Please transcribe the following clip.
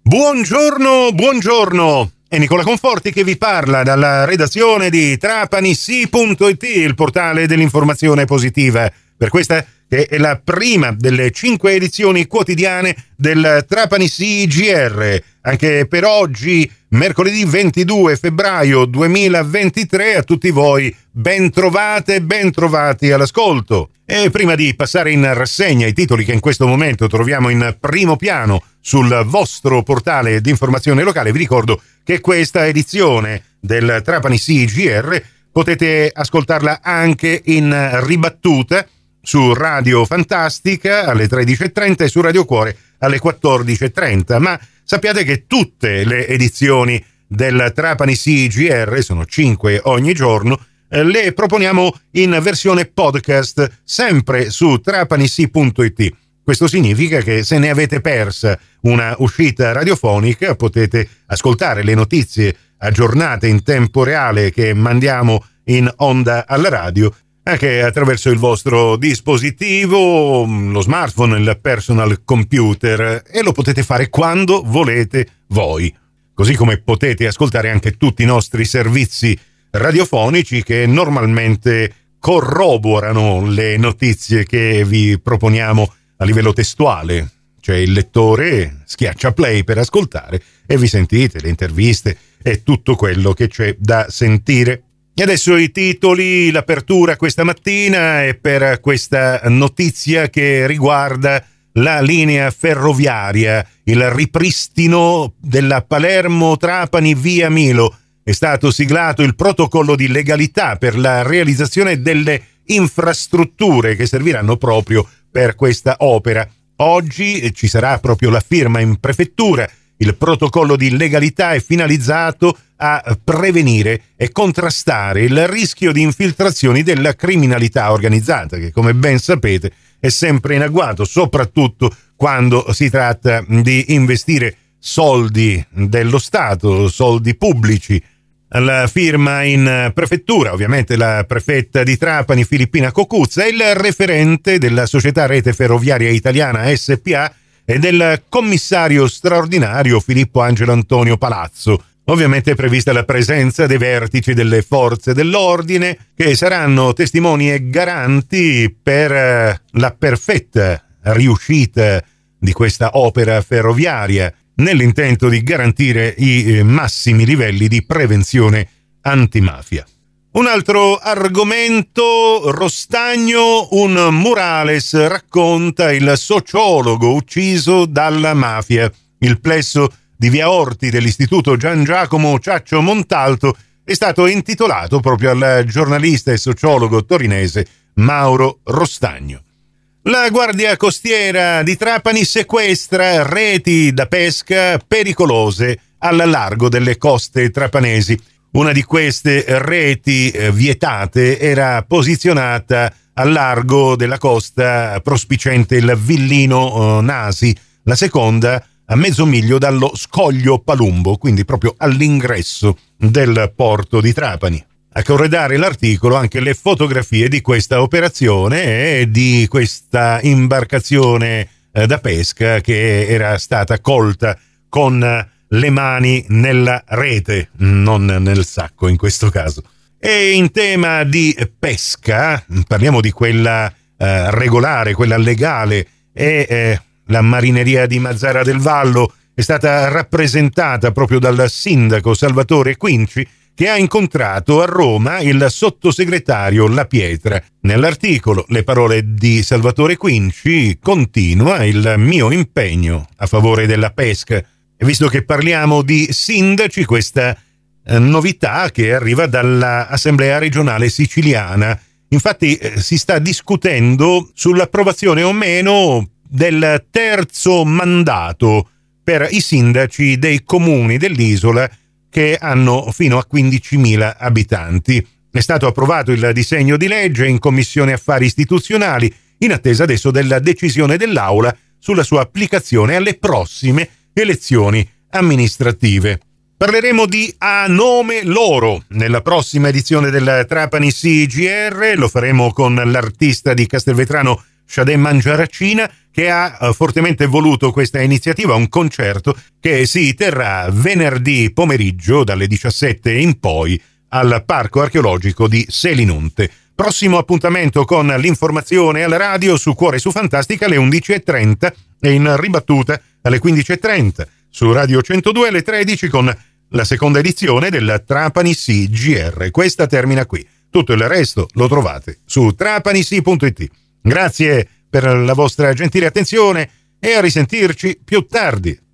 Buongiorno, buongiorno. È Nicola Conforti che vi parla dalla redazione di TrapaniSì.it, il portale dell'informazione positiva. Per questa che è la prima delle 5 edizioni quotidiane del Trapani GR. Anche per oggi, mercoledì 22 febbraio 2023, a tutti voi ben trovate, ben trovati all'ascolto. E prima di passare in rassegna i titoli che in questo momento troviamo in primo piano sul vostro portale di informazione locale, vi ricordo che questa edizione del Trapani GR potete ascoltarla anche in ribattuta su Radio Fantastica alle 13.30 e su Radio Cuore alle 14.30, ma sappiate che tutte le edizioni del Trapani GR, sono 5 ogni giorno, le proponiamo in versione podcast sempre su TrapaniSì.it. Questo significa che se ne avete persa una uscita radiofonica potete ascoltare le notizie aggiornate in tempo reale che mandiamo in onda alla radio anche attraverso il vostro dispositivo, lo smartphone, il personal computer, e lo potete fare quando volete voi. Così come potete ascoltare anche tutti i nostri servizi radiofonici che normalmente corroborano le notizie che vi proponiamo a livello testuale. Cioè il lettore schiaccia play per ascoltare e vi sentite le interviste e tutto quello che c'è da sentire. E adesso i titoli, l'apertura questa mattina è per questa notizia che riguarda la linea ferroviaria, il ripristino della Palermo-Trapani via Milo. È stato siglato il protocollo di legalità per la realizzazione delle infrastrutture che serviranno proprio per questa opera. Oggi ci sarà proprio la firma in prefettura. Il protocollo di legalità è finalizzato a prevenire e contrastare il rischio di infiltrazioni della criminalità organizzata, che come ben sapete è sempre in agguato, soprattutto quando si tratta di investire soldi dello Stato, soldi pubblici. Alla firma in prefettura, ovviamente la prefetta di Trapani Filippina Cocuzza e il referente della Società Rete Ferroviaria Italiana SPA e del commissario straordinario Filippo Angelo Antonio Palazzo. Ovviamente è prevista la presenza dei vertici delle forze dell'ordine che saranno testimoni e garanti per la perfetta riuscita di questa opera ferroviaria, nell'intento di garantire i massimi livelli di prevenzione antimafia. Un altro argomento, Rostagno, un murales racconta il sociologo ucciso dalla mafia. Il plesso di Via Orti dell'Istituto Gian Giacomo Ciaccio Montalto è stato intitolato proprio al giornalista e sociologo torinese Mauro Rostagno. La Guardia Costiera di Trapani sequestra reti da pesca pericolose al largo delle coste trapanesi. Una di queste reti vietate era posizionata al largo della costa prospiciente il villino Nasi, la seconda a mezzo miglio dallo scoglio Palumbo, quindi proprio all'ingresso del porto di Trapani. A corredare l'articolo anche le fotografie di questa operazione e di questa imbarcazione da pesca che era stata colta con le mani nella rete, non nel sacco in questo caso. E in tema di pesca, parliamo di quella regolare, quella legale, e la marineria di Mazzara del Vallo è stata rappresentata proprio dal sindaco Salvatore Quinci, che ha incontrato a Roma il sottosegretario La Pietra. Nell'articolo le parole di Salvatore Quinci: continua il mio impegno a favore della pesca. E visto che parliamo di sindaci, questa novità che arriva dall'Assemblea regionale siciliana. Infatti si sta discutendo sull'approvazione o meno del terzo mandato per i sindaci dei comuni dell'isola che hanno fino a 15.000 abitanti. È stato approvato il disegno di legge in Commissione Affari Istituzionali, in attesa adesso della decisione dell'Aula sulla sua applicazione alle prossime elezioni amministrative. Parleremo di A nome loro nella prossima edizione del Trapani GR. Lo faremo con l'artista di Castelvetrano Shadé Mangiaracina, che che ha fortemente voluto questa iniziativa, un concerto che si terrà venerdì pomeriggio dalle 17 in poi al Parco Archeologico di Selinunte. Prossimo appuntamento con l'informazione alla radio su Cuore su Fantastica alle 11.30 e in ribattuta alle 15.30 su Radio 102 alle 13 con la seconda edizione del Trapani GR. Questa termina qui. Tutto il resto lo trovate su trapanisi.it. Grazie per la vostra gentile attenzione e a risentirci più tardi.